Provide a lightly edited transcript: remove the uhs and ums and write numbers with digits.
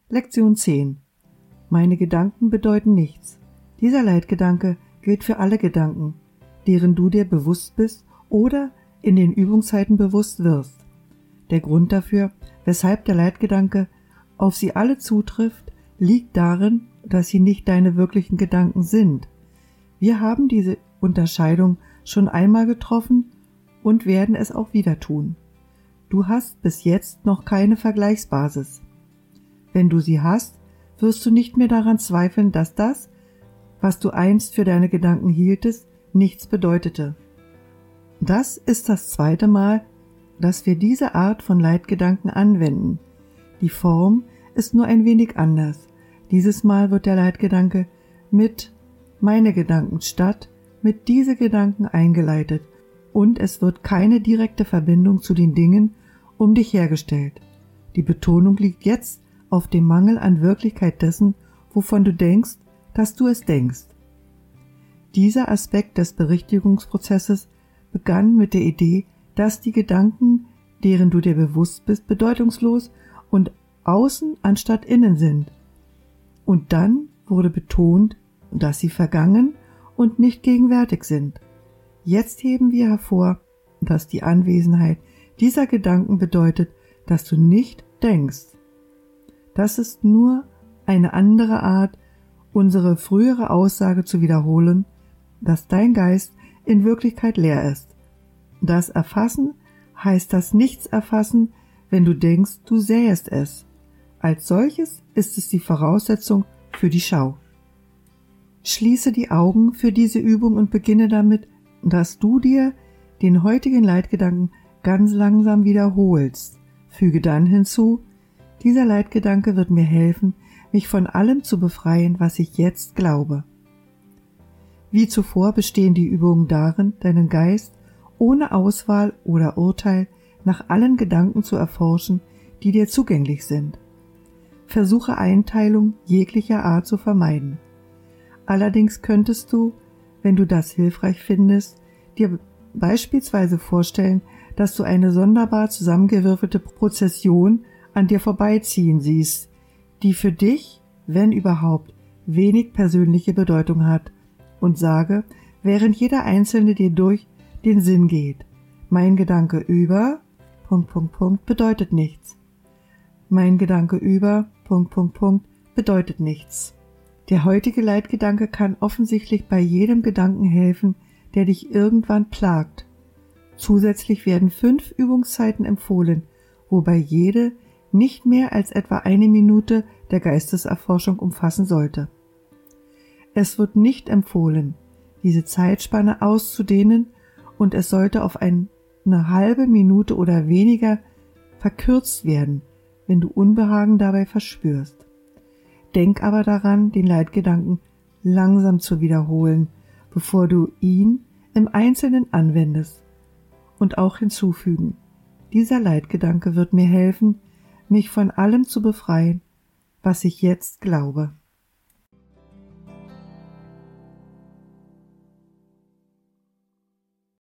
Lektion 10. Meine Gedanken bedeuten nichts. Dieser Leitgedanke gilt für alle Gedanken, deren du dir bewusst bist oder in den Übungszeiten bewusst wirst. Der Grund dafür, weshalb der Leitgedanke auf sie alle zutrifft, liegt darin, dass sie nicht deine wirklichen Gedanken sind. Wir haben diese Unterscheidung schon einmal getroffen und werden es auch wieder tun. Du hast bis jetzt noch keine Vergleichsbasis. Wenn du sie hast, wirst du nicht mehr daran zweifeln, dass das, was du einst für deine Gedanken hieltest, nichts bedeutete. Das ist das zweite Mal, dass wir diese Art von Leitgedanken anwenden. Die Form ist nur ein wenig anders. Dieses Mal wird der Leitgedanke mit meine Gedanken statt mit diese Gedanken eingeleitet und es wird keine direkte Verbindung zu den Dingen um dich hergestellt. Die Betonung liegt jetzt auf dem Mangel an Wirklichkeit dessen, wovon du denkst, dass du es denkst. Dieser Aspekt des Berichtigungsprozesses begann mit der Idee, dass die Gedanken, deren du dir bewusst bist, bedeutungslos und außen anstatt innen sind. Und dann wurde betont, dass sie vergangen und nicht gegenwärtig sind. Jetzt heben wir hervor, dass die Anwesenheit dieser Gedanken bedeutet, dass du nicht denkst. Das ist nur eine andere Art, unsere frühere Aussage zu wiederholen, dass dein Geist in Wirklichkeit leer ist. Das Erfassen heißt das Nichtserfassen, wenn du denkst, du sähest es. Als solches ist es die Voraussetzung für die Schau. Schließe die Augen für diese Übung und beginne damit, dass du dir den heutigen Leitgedanken ganz langsam wiederholst. Füge dann hinzu, dieser Leitgedanke wird mir helfen, mich von allem zu befreien, was ich jetzt glaube. Wie zuvor bestehen die Übungen darin, deinen Geist ohne Auswahl oder Urteil nach allen Gedanken zu erforschen, die dir zugänglich sind. Versuche Einteilung jeglicher Art zu vermeiden. Allerdings könntest du, wenn du das hilfreich findest, dir beispielsweise vorstellen, dass du eine sonderbar zusammengewürfelte Prozession an dir vorbeiziehen siehst, die für dich, wenn überhaupt, wenig persönliche Bedeutung hat, und sage, während jeder Einzelne dir durch den Sinn geht: Mein Gedanke über ... bedeutet nichts. Mein Gedanke über ... bedeutet nichts. Der heutige Leitgedanke kann offensichtlich bei jedem Gedanken helfen, der dich irgendwann plagt. Zusätzlich werden 5 Übungszeiten empfohlen, wobei jede nicht mehr als etwa 1 Minute der Geisteserforschung umfassen sollte. Es wird nicht empfohlen, diese Zeitspanne auszudehnen, und es sollte auf eine halbe Minute oder weniger verkürzt werden, wenn du Unbehagen dabei verspürst. Denk aber daran, den Leitgedanken langsam zu wiederholen, bevor du ihn im Einzelnen anwendest. Und auch hinzufügen: Dieser Leitgedanke wird mir helfen, mich von allem zu befreien, was ich jetzt glaube.